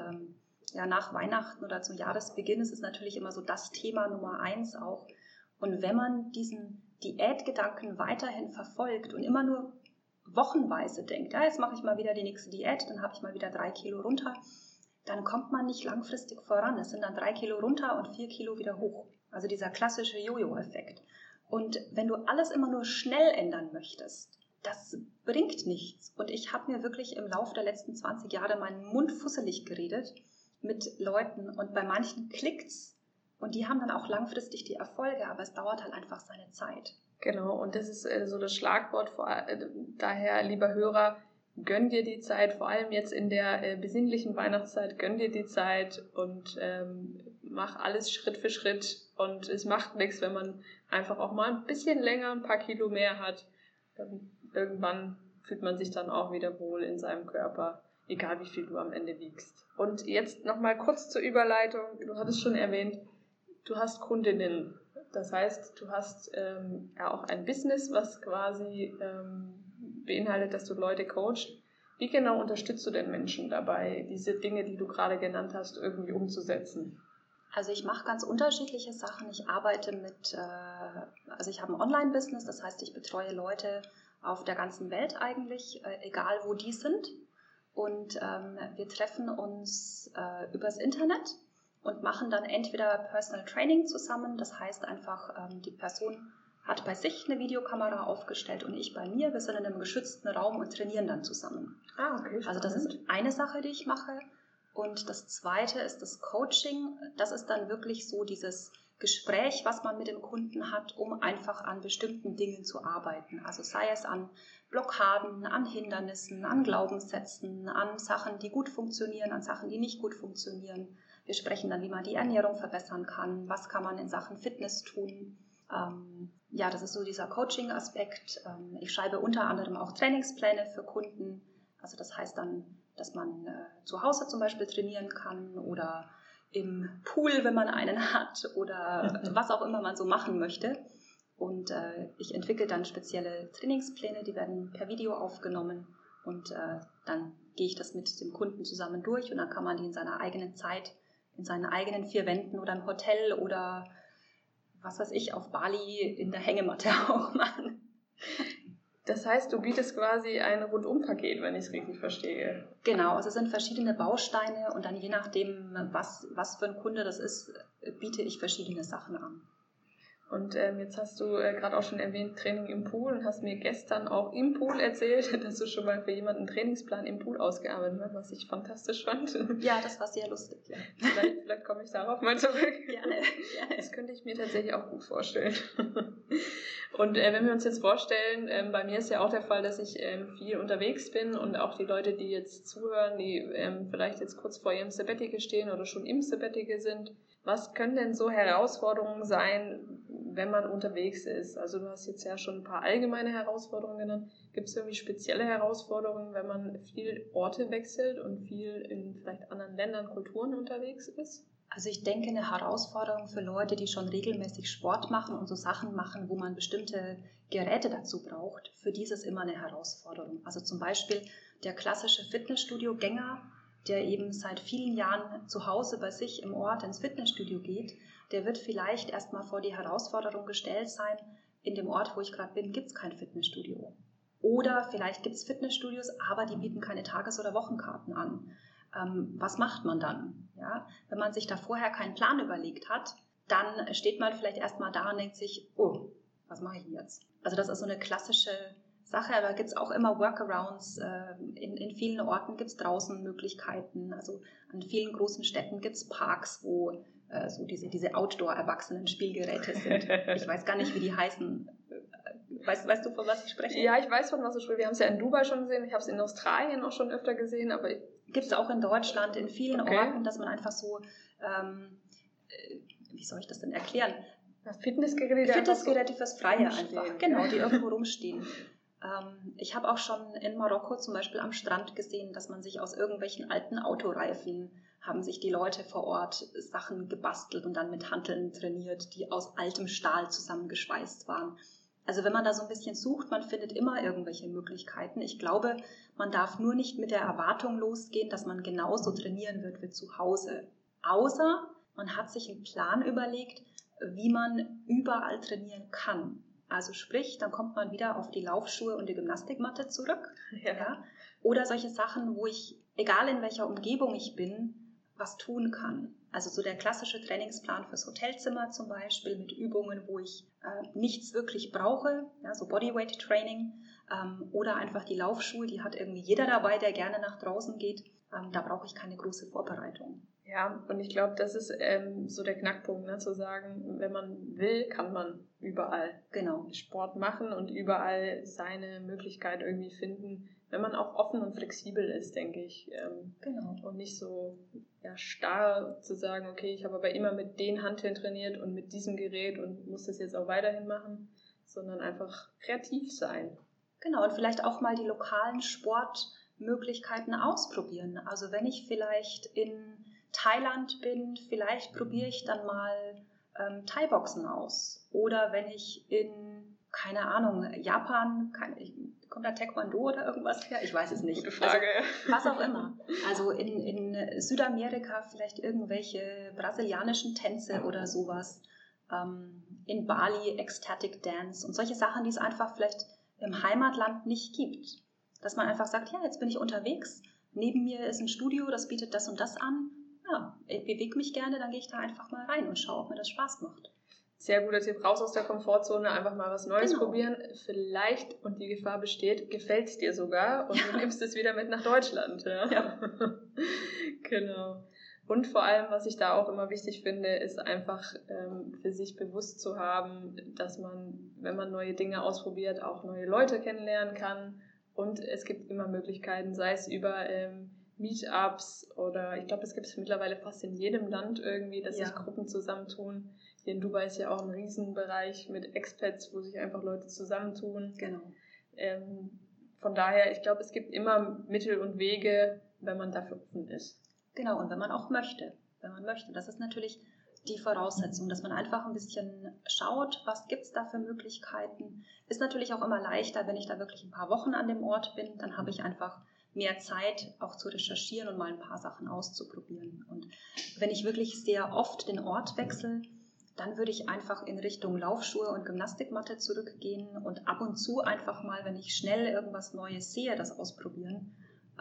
nach Weihnachten oder zum Jahresbeginn ist es natürlich immer so das Thema Nummer 1 auch. Und wenn man diesen Diätgedanken weiterhin verfolgt und immer nur wochenweise denkt, ja, jetzt mache ich mal wieder die nächste Diät, dann habe ich mal wieder 3 Kilo runter, dann kommt man nicht langfristig voran. Es sind dann 3 Kilo runter und 4 Kilo wieder hoch. Also dieser klassische Jojo-Effekt. Und wenn du alles immer nur schnell ändern möchtest, das bringt nichts. Und ich habe mir wirklich im Laufe der letzten 20 Jahre meinen Mund fusselig geredet mit Leuten und bei manchen klickt's und die haben dann auch langfristig die Erfolge, aber es dauert halt einfach seine Zeit. Genau, und das ist so das Schlagwort, daher, lieber Hörer, gönn dir die Zeit, vor allem jetzt in der besinnlichen Weihnachtszeit, gönn dir die Zeit und mach alles Schritt für Schritt und es macht nichts, wenn man einfach auch mal ein bisschen länger, ein paar Kilo mehr hat. Irgendwann fühlt man sich dann auch wieder wohl in seinem Körper, egal wie viel du am Ende wiegst. Und jetzt nochmal kurz zur Überleitung, du hattest schon erwähnt, du hast Kundinnen. Das heißt, du hast auch ein Business, was quasi beinhaltet, dass du Leute coachst. Wie genau unterstützt du denn Menschen dabei, diese Dinge, die du gerade genannt hast, irgendwie umzusetzen? Also ich mache ganz unterschiedliche Sachen. Ich arbeite also ich habe ein Online-Business, das heißt, ich betreue Leute auf der ganzen Welt eigentlich, egal wo die sind. Und wir treffen uns übers Internet und machen dann entweder Personal Training zusammen, das heißt einfach, die Person hat bei sich eine Videokamera aufgestellt und ich bei mir. Wir sind in einem geschützten Raum und trainieren dann zusammen. Ah, okay. Also das ist eine Sache, die ich mache. Und das zweite ist das Coaching. Das ist dann wirklich so dieses Gespräch, was man mit dem Kunden hat, um einfach an bestimmten Dingen zu arbeiten. Also sei es an Blockaden, an Hindernissen, an Glaubenssätzen, an Sachen, die gut funktionieren, an Sachen, die nicht gut funktionieren. Wir sprechen dann, wie man die Ernährung verbessern kann, was kann man in Sachen Fitness tun. Ja, das ist so dieser Coaching-Aspekt. Ich schreibe unter anderem auch Trainingspläne für Kunden. Also das heißt dann, dass man zu Hause zum Beispiel trainieren kann oder im Pool, wenn man einen hat oder was auch immer man so machen möchte. Und ich entwickle dann spezielle Trainingspläne, die werden per Video aufgenommen und dann gehe ich das mit dem Kunden zusammen durch und dann kann man die in seiner eigenen Zeit, in seinen eigenen 4 Wänden oder im Hotel oder was weiß ich, auf Bali in der Hängematte auch machen. Das heißt, du bietest quasi ein Rundum-Paket, wenn ich es richtig verstehe. Genau, also es sind verschiedene Bausteine und dann je nachdem, was für ein Kunde das ist, biete ich verschiedene Sachen an. Und jetzt hast du gerade auch schon erwähnt, Training im Pool und hast mir gestern auch im Pool erzählt, dass du schon mal für jemanden einen Trainingsplan im Pool ausgearbeitet hast, was ich fantastisch fand. Ja, das war sehr lustig. Ja. Vielleicht komme ich darauf mal zurück. Gerne. Das könnte ich mir tatsächlich auch gut vorstellen. Und wenn wir uns jetzt vorstellen, bei mir ist ja auch der Fall, dass ich viel unterwegs bin und auch die Leute, die jetzt zuhören, die vielleicht jetzt kurz vor ihrem Sabbatical stehen oder schon im Sabbatical sind, was können denn so Herausforderungen sein, wenn man unterwegs ist? Also du hast jetzt ja schon ein paar allgemeine Herausforderungen genannt. Gibt es irgendwie spezielle Herausforderungen, wenn man viel Orte wechselt und viel in vielleicht anderen Ländern, Kulturen unterwegs ist? Also ich denke, eine Herausforderung für Leute, die schon regelmäßig Sport machen und so Sachen machen, wo man bestimmte Geräte dazu braucht, für die ist es immer eine Herausforderung. Also zum Beispiel der klassische Fitnessstudio-Gänger, der eben seit vielen Jahren zu Hause bei sich im Ort ins Fitnessstudio geht, der wird vielleicht erstmal vor die Herausforderung gestellt sein, in dem Ort, wo ich gerade bin, gibt es kein Fitnessstudio. Oder vielleicht gibt es Fitnessstudios, aber die bieten keine Tages- oder Wochenkarten an. Was macht man dann? Ja, wenn man sich da vorher keinen Plan überlegt hat, dann steht man vielleicht erstmal da und denkt sich, oh, was mache ich jetzt? Also das ist so eine klassische Sache, aber gibt es auch immer Workarounds. In vielen Orten gibt es draußen Möglichkeiten. Also an vielen großen Städten gibt es Parks, wo so diese Outdoor-Erwachsenen-Spielgeräte sind. Ich weiß gar nicht, wie die heißen. Weißt du, von was ich spreche? Ja, ich weiß, von was du sprichst. Wir haben es ja in Dubai schon gesehen, ich habe es in Australien auch schon öfter gesehen, aber gibt es auch in Deutschland, in vielen Orten, dass man einfach so, wie soll ich das denn erklären? Fitnessgeräte fürs Freie einfach, genau, die irgendwo rumstehen. Ich habe auch schon in Marokko zum Beispiel am Strand gesehen, dass man sich aus irgendwelchen alten Autoreifen, haben sich die Leute vor Ort Sachen gebastelt und dann mit Hanteln trainiert, die aus altem Stahl zusammengeschweißt waren. Also wenn man da so ein bisschen sucht, man findet immer irgendwelche Möglichkeiten. Ich glaube, man darf nur nicht mit der Erwartung losgehen, dass man genauso trainieren wird wie zu Hause. Außer man hat sich einen Plan überlegt, wie man überall trainieren kann. Also sprich, dann kommt man wieder auf die Laufschuhe und die Gymnastikmatte zurück. Ja. Oder solche Sachen, wo ich, egal in welcher Umgebung ich bin, was tun kann. Also so der klassische Trainingsplan fürs Hotelzimmer zum Beispiel mit Übungen, wo ich nichts wirklich brauche, ja, so Bodyweight-Training oder einfach die Laufschuhe, die hat irgendwie jeder dabei, der gerne nach draußen geht. Da brauche ich keine große Vorbereitung. Ja, und ich glaube, das ist so der Knackpunkt, ne, zu sagen, wenn man will, kann man überall Sport machen und überall seine Möglichkeit irgendwie finden, wenn man auch offen und flexibel ist, denke ich. Und nicht so starr zu sagen, okay, ich habe aber immer mit den Hanteln trainiert und mit diesem Gerät und muss das jetzt auch weiterhin machen, sondern einfach kreativ sein. Genau, und vielleicht auch mal die lokalen Sportmöglichkeiten ausprobieren. Also wenn ich vielleicht in Thailand bin, vielleicht probiere ich dann mal Thai-Boxen aus. Oder wenn ich in, keine Ahnung, Japan, Kommt da Taekwondo oder irgendwas her? Ich weiß es nicht. Gute Frage. Also, was auch immer. Also in Südamerika vielleicht irgendwelche brasilianischen Tänze oder sowas. In Bali Ecstatic Dance und solche Sachen, die es einfach vielleicht im Heimatland nicht gibt. Dass man einfach sagt, ja, jetzt bin ich unterwegs, neben mir ist ein Studio, das bietet das und das an. Ja, ich bewege mich gerne, dann gehe ich da einfach mal rein und schaue, ob mir das Spaß macht. Sehr guter Tipp, raus aus der Komfortzone, einfach mal was Neues probieren. Vielleicht, und die Gefahr besteht, gefällt es dir sogar und du nimmst es wieder mit nach Deutschland. Ja. Genau. Und vor allem, was ich da auch immer wichtig finde, ist einfach für sich bewusst zu haben, dass man, wenn man neue Dinge ausprobiert, auch neue Leute kennenlernen kann. Und es gibt immer Möglichkeiten, sei es über Meetups oder ich glaube, das gibt es mittlerweile fast in jedem Land irgendwie, dass sich Gruppen zusammentun. Hier in Dubai ist ja auch ein Riesenbereich mit Expats, wo sich einfach Leute zusammentun. Genau. Von daher, ich glaube, es gibt immer Mittel und Wege, wenn man dafür offen ist. Genau, und wenn man auch möchte. Wenn man möchte. Das ist natürlich die Voraussetzung, dass man einfach ein bisschen schaut, was gibt es da für Möglichkeiten. Ist natürlich auch immer leichter, wenn ich da wirklich ein paar Wochen an dem Ort bin, dann habe ich einfach mehr Zeit, auch zu recherchieren und mal ein paar Sachen auszuprobieren. Und wenn ich wirklich sehr oft den Ort wechsle, dann würde ich einfach in Richtung Laufschuhe und Gymnastikmatte zurückgehen und ab und zu einfach mal, wenn ich schnell irgendwas Neues sehe, das ausprobieren.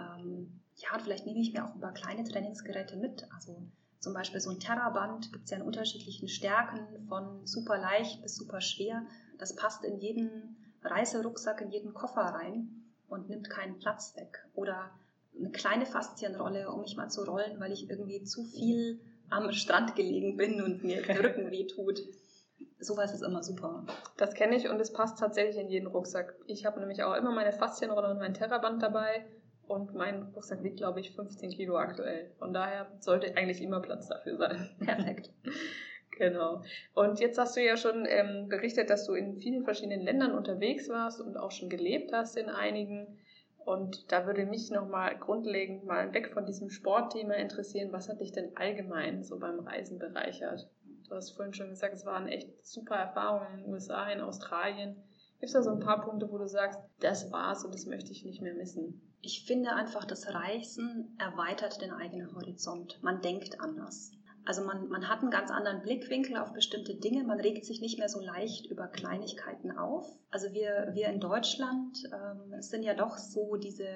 Ja, und vielleicht nehme ich mir auch ein paar kleine Trainingsgeräte mit. Also zum Beispiel so ein Terraband gibt es ja in unterschiedlichen Stärken, von super leicht bis super schwer. Das passt in jeden Reiserucksack, in jeden Koffer rein und nimmt keinen Platz weg. Oder eine kleine Faszienrolle, um mich mal zu rollen, weil ich irgendwie zu viel am Strand gelegen bin und mir der Rücken wehtut. Sowas ist immer super. Das kenne ich und es passt tatsächlich in jeden Rucksack. Ich habe nämlich auch immer meine Faszienrolle und mein Terraband dabei und mein Rucksack wiegt, glaube ich, 15 Kilo aktuell. Von daher sollte eigentlich immer Platz dafür sein. Perfekt. Genau. Und jetzt hast du ja schon berichtet, dass du in vielen verschiedenen Ländern unterwegs warst und auch schon gelebt hast in einigen. Und da würde mich nochmal grundlegend mal weg von diesem Sportthema interessieren, was hat dich denn allgemein so beim Reisen bereichert? Du hast vorhin schon gesagt, es waren echt super Erfahrungen in den USA, in Australien. Gibt es da so ein paar Punkte, wo du sagst, das war's und das möchte ich nicht mehr missen? Ich finde einfach, das Reisen erweitert den eigenen Horizont. Man denkt anders. Also man hat einen ganz anderen Blickwinkel auf bestimmte Dinge. Man regt sich nicht mehr so leicht über Kleinigkeiten auf. Also wir in Deutschland sind ja doch so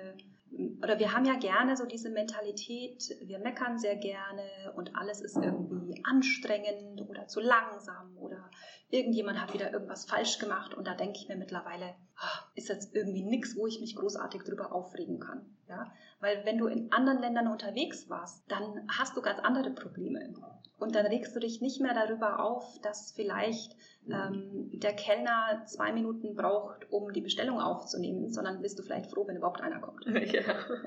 oder wir haben ja gerne so diese Mentalität, wir meckern sehr gerne und alles ist irgendwie anstrengend oder zu langsam oder irgendjemand hat wieder irgendwas falsch gemacht und da denke ich mir mittlerweile, ist jetzt irgendwie nichts, wo ich mich großartig drüber aufregen kann. Ja? Weil wenn du in anderen Ländern unterwegs warst, dann hast du ganz andere Probleme. Und dann regst du dich nicht mehr darüber auf, dass vielleicht der Kellner 2 Minuten braucht, um die Bestellung aufzunehmen, sondern bist du vielleicht froh, wenn überhaupt einer kommt. Ja.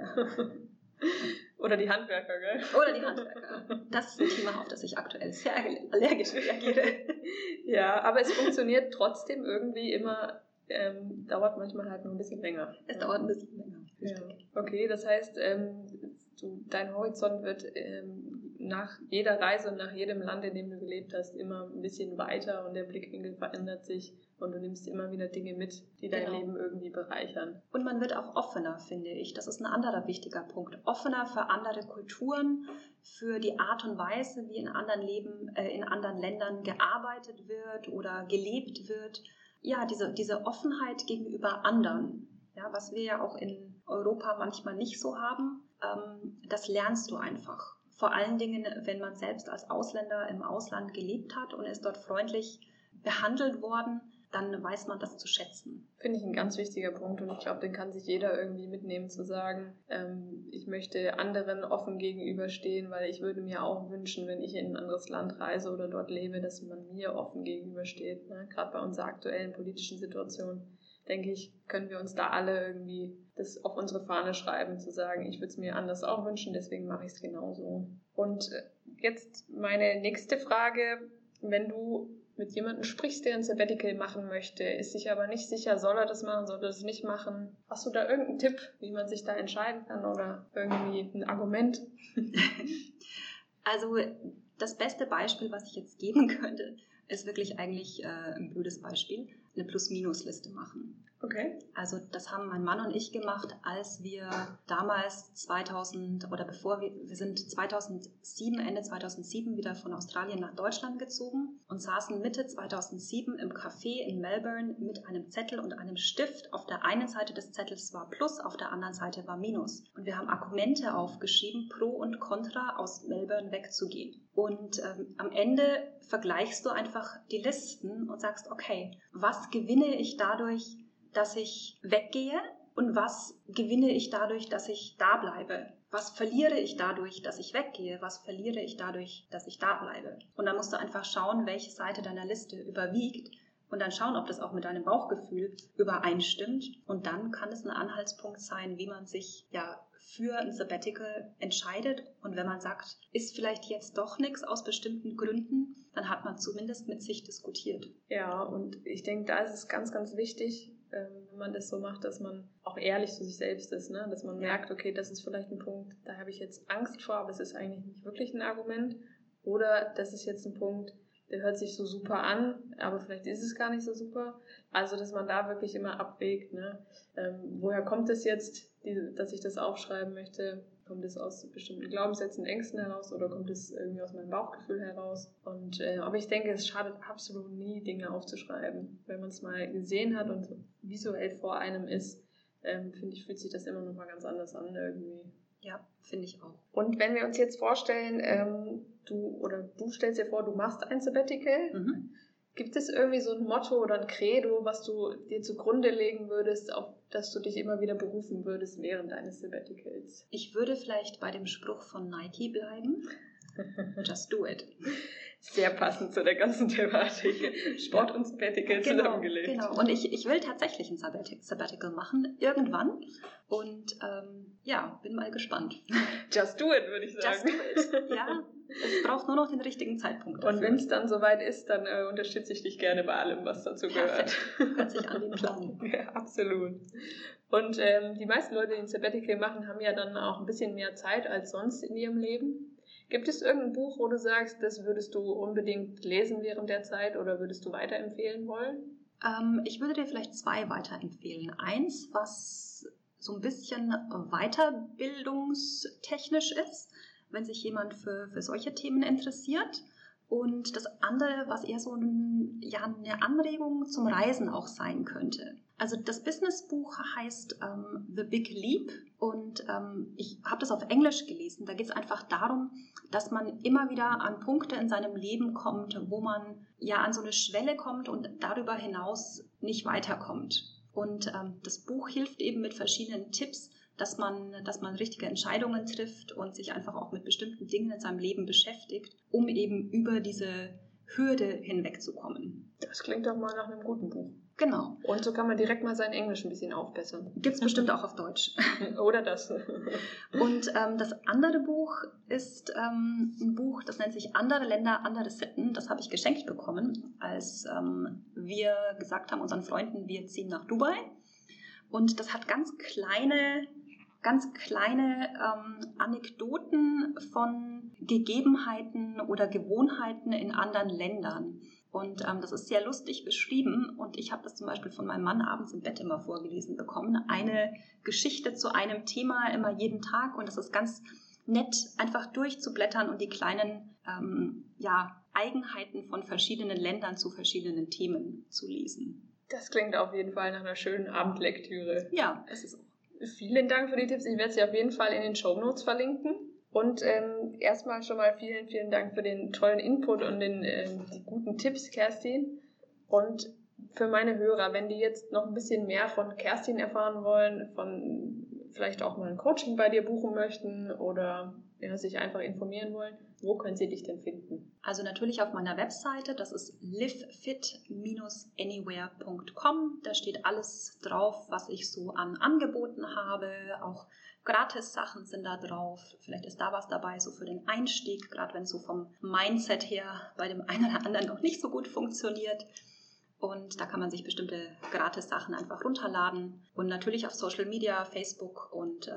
Oder die Handwerker, gell? Oder die Handwerker. Das ist ein Thema, auf das ich aktuell sehr allergisch reagiere. Ja, aber es funktioniert trotzdem irgendwie immer, dauert manchmal halt noch ein bisschen länger. Es dauert ein bisschen länger. Ja. Okay, das heißt, dein Horizont wird nach jeder Reise und nach jedem Land, in dem du gelebt hast, immer ein bisschen weiter und der Blickwinkel verändert sich und du nimmst immer wieder Dinge mit, die dein Leben irgendwie bereichern. Und man wird auch offener, finde ich. Das ist ein anderer wichtiger Punkt. Offener für andere Kulturen, für die Art und Weise, wie in anderen Ländern gearbeitet wird oder gelebt wird. Ja, diese Offenheit gegenüber anderen, ja, was wir ja auch in Europa manchmal nicht so haben, das lernst du einfach. Vor allen Dingen, wenn man selbst als Ausländer im Ausland gelebt hat und ist dort freundlich behandelt worden, dann weiß man das zu schätzen. Finde ich ein ganz wichtiger Punkt und ich glaube, den kann sich jeder irgendwie mitnehmen, zu sagen, ich möchte anderen offen gegenüberstehen, weil ich würde mir auch wünschen, wenn ich in ein anderes Land reise oder dort lebe, dass man mir offen gegenübersteht. Ne? Gerade bei unserer aktuellen politischen Situation, denke ich, können wir uns da alle irgendwie das auf unsere Fahne schreiben, zu sagen, ich würde es mir anders auch wünschen, deswegen mache ich es genauso. Und jetzt meine nächste Frage, wenn du mit jemandem sprichst, der ein Sabbatical machen möchte, ist sich aber nicht sicher, soll er das machen, soll er das nicht machen. Hast du da irgendeinen Tipp, wie man sich da entscheiden kann oder irgendwie ein Argument? Also das beste Beispiel, was ich jetzt geben könnte, ist wirklich eigentlich ein blödes Beispiel, eine Plus-Minus-Liste machen. Okay. Also das haben mein Mann und ich gemacht, als wir damals wir sind 2007, Ende 2007 wieder von Australien nach Deutschland gezogen und saßen Mitte 2007 im Café in Melbourne mit einem Zettel und einem Stift. Auf der einen Seite des Zettels war Plus, auf der anderen Seite war Minus. Und wir haben Argumente aufgeschrieben, Pro und Contra, aus Melbourne wegzugehen. Und am Ende vergleichst du einfach die Listen und sagst, okay, was gewinne ich dadurch, dass ich weggehe und was gewinne ich dadurch, dass ich da bleibe? Was verliere ich dadurch, dass ich weggehe? Was verliere ich dadurch, dass ich da bleibe? Und dann musst du einfach schauen, welche Seite deiner Liste überwiegt und dann schauen, ob das auch mit deinem Bauchgefühl übereinstimmt. Und dann kann es ein Anhaltspunkt sein, wie man sich für ein Sabbatical entscheidet. Und wenn man sagt, ist vielleicht jetzt doch nichts aus bestimmten Gründen, dann hat man zumindest mit sich diskutiert. Ja, und ich denke, da ist es ganz, ganz wichtig, wenn man das so macht, dass man auch ehrlich zu sich selbst ist, ne? Dass man merkt, okay, das ist vielleicht ein Punkt, da habe ich jetzt Angst vor, aber es ist eigentlich nicht wirklich ein Argument. Oder das ist jetzt ein Punkt, der hört sich so super an, aber vielleicht ist es gar nicht so super. Also, dass man da wirklich immer abwägt, ne? Woher kommt es jetzt, dass ich das aufschreiben möchte? Kommt es aus bestimmten Glaubenssätzen, Ängsten heraus oder kommt es irgendwie aus meinem Bauchgefühl heraus? Aber ich denke, es schadet absolut nie, Dinge aufzuschreiben. Wenn man es mal gesehen hat und visuell vor einem ist, finde ich, fühlt sich das immer noch mal ganz anders an irgendwie. Ja, finde ich auch. Und wenn wir uns jetzt vorstellen, du stellst dir vor, du machst ein Sabbatical, gibt es irgendwie so ein Motto oder ein Credo, was du dir zugrunde legen würdest, auf das du dich immer wieder berufen würdest während deines Sabbaticals? Ich würde vielleicht bei dem Spruch von Nike bleiben. Just do it. Sehr passend zu der ganzen Thematik. Sport und Sabbatical zusammengelegt. Genau, und ich will tatsächlich ein Sabbatical machen, irgendwann. Und bin mal gespannt. Just do it, würde ich sagen. Just do it, ja. Es braucht nur noch den richtigen Zeitpunkt dafür. Und wenn es dann soweit ist, dann unterstütze ich dich gerne bei allem, was dazu gehört. Hört sich an den Plan. Ja, absolut. Und die meisten Leute, die ein Sabbatical machen, haben ja dann auch ein bisschen mehr Zeit als sonst in ihrem Leben. Gibt es irgendein Buch, wo du sagst, das würdest du unbedingt lesen während der Zeit oder würdest du weiterempfehlen wollen? Ich würde dir vielleicht 2 weiterempfehlen. Eins, was so ein bisschen weiterbildungstechnisch ist, wenn sich jemand für solche Themen interessiert. Und das andere, was eher so eine Anregung zum Reisen auch sein könnte. Also das Businessbuch heißt The Big Leap und ich habe das auf Englisch gelesen. Da geht es einfach darum, dass man immer wieder an Punkte in seinem Leben kommt, wo man an so eine Schwelle kommt und darüber hinaus nicht weiterkommt. Und das Buch hilft eben mit verschiedenen Tipps, dass man richtige Entscheidungen trifft und sich einfach auch mit bestimmten Dingen in seinem Leben beschäftigt, um eben über diese Hürde hinwegzukommen. Das klingt doch mal nach einem guten Buch. Genau. Und so kann man direkt mal sein Englisch ein bisschen aufbessern. Gibt's bestimmt auch auf Deutsch. Oder das. Und das andere Buch ist ein Buch, das nennt sich Andere Länder, andere Sitten. Das habe ich geschenkt bekommen, als wir gesagt haben unseren Freunden, wir ziehen nach Dubai. Und das hat ganz kleine Anekdoten von Gegebenheiten oder Gewohnheiten in anderen Ländern. Und das ist sehr lustig beschrieben und ich habe das zum Beispiel von meinem Mann abends im Bett immer vorgelesen bekommen. Eine Geschichte zu einem Thema immer jeden Tag und das ist ganz nett, einfach durchzublättern und die kleinen Eigenheiten von verschiedenen Ländern zu verschiedenen Themen zu lesen. Das klingt auf jeden Fall nach einer schönen Abendlektüre. Ja, es ist auch. Vielen Dank für die Tipps. Ich werde sie auf jeden Fall in den Shownotes verlinken. Und erstmal schon mal vielen, vielen Dank für den tollen Input und die guten Tipps, Kerstin. Und für meine Hörer, wenn die jetzt noch ein bisschen mehr von Kerstin erfahren wollen, von vielleicht auch mal ein Coaching bei dir buchen möchten oder sich einfach informieren wollen, wo können sie dich denn finden? Also natürlich auf meiner Webseite, das ist livefit-anywhere.com. Da steht alles drauf, was ich so an Angeboten habe. Auch Gratis-Sachen sind da drauf. Vielleicht ist da was dabei, so für den Einstieg, gerade wenn es so vom Mindset her bei dem einen oder anderen noch nicht so gut funktioniert. Und da kann man sich bestimmte Gratis-Sachen einfach runterladen. Und natürlich auf Social Media, Facebook und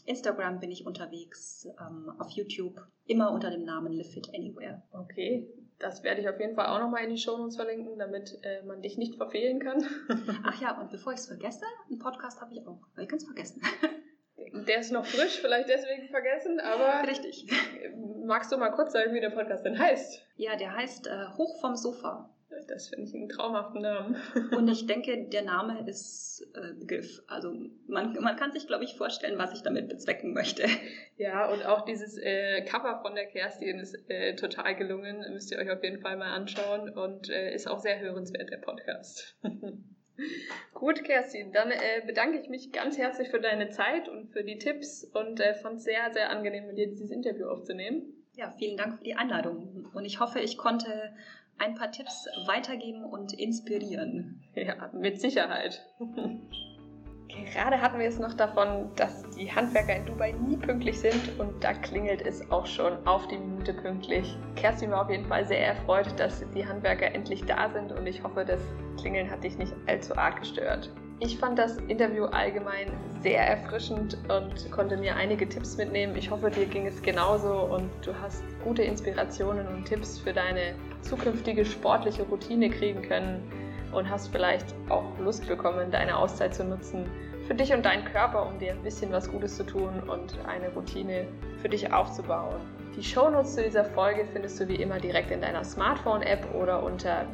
Instagram bin ich unterwegs, auf YouTube, immer unter dem Namen Live Fit Anywhere. Okay, Das werde ich auf jeden Fall auch nochmal in die Shownotes verlinken, damit man dich nicht verfehlen kann. Ach ja, und bevor ich es vergesse, einen Podcast habe ich auch. Ich kann es vergessen. Der ist noch frisch, vielleicht deswegen vergessen, aber... Richtig. Magst du mal kurz sagen, wie der Podcast denn heißt? Ja, der heißt Hoch vom Sofa. Das finde ich einen traumhaften Namen. Und ich denke, der Name ist Begriff. Also man kann sich, glaube ich, vorstellen, was ich damit bezwecken möchte. Ja, und auch dieses Cover von der Kerstin ist total gelungen. Müsst ihr euch auf jeden Fall mal anschauen und ist auch sehr hörenswert, der Podcast. Gut, Kerstin, dann bedanke ich mich ganz herzlich für deine Zeit und für die Tipps und fand es sehr, sehr angenehm, mit dir dieses Interview aufzunehmen. Ja, vielen Dank für die Einladung und ich hoffe, ich konnte ein paar Tipps weitergeben und inspirieren. Ja, mit Sicherheit. Gerade hatten wir es noch davon, dass die Handwerker in Dubai nie pünktlich sind und da klingelt es auch schon auf die Minute pünktlich. Kerstin war auf jeden Fall sehr erfreut, dass die Handwerker endlich da sind und ich hoffe, das Klingeln hat dich nicht allzu arg gestört. Ich fand das Interview allgemein sehr erfrischend und konnte mir einige Tipps mitnehmen. Ich hoffe, dir ging es genauso und du hast gute Inspirationen und Tipps für deine zukünftige sportliche Routine kriegen können und hast vielleicht auch Lust bekommen, deine Auszeit zu nutzen für dich und deinen Körper, um dir ein bisschen was Gutes zu tun und eine Routine für dich aufzubauen. Die Shownotes zu dieser Folge findest du wie immer direkt in deiner Smartphone-App oder unter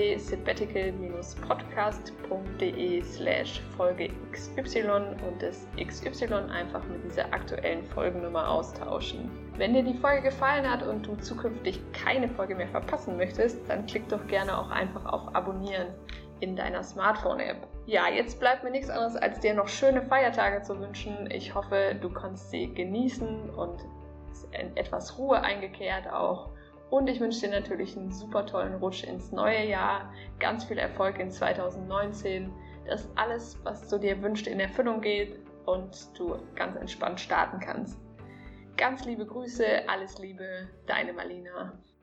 www.sabbatical-podcast.de/Folge XY und das XY einfach mit dieser aktuellen Folgennummer austauschen. Wenn dir die Folge gefallen hat und du zukünftig keine Folge mehr verpassen möchtest, dann klick doch gerne auch einfach auf Abonnieren in deiner Smartphone-App. Ja, jetzt bleibt mir nichts anderes, als dir noch schöne Feiertage zu wünschen. Ich hoffe, du konntest sie genießen und etwas Ruhe eingekehrt auch. Und ich wünsche dir natürlich einen super tollen Rutsch ins neue Jahr, ganz viel Erfolg in 2019, dass alles, was du dir wünschst, in Erfüllung geht und du ganz entspannt starten kannst. Ganz liebe Grüße, alles Liebe, deine Marlina.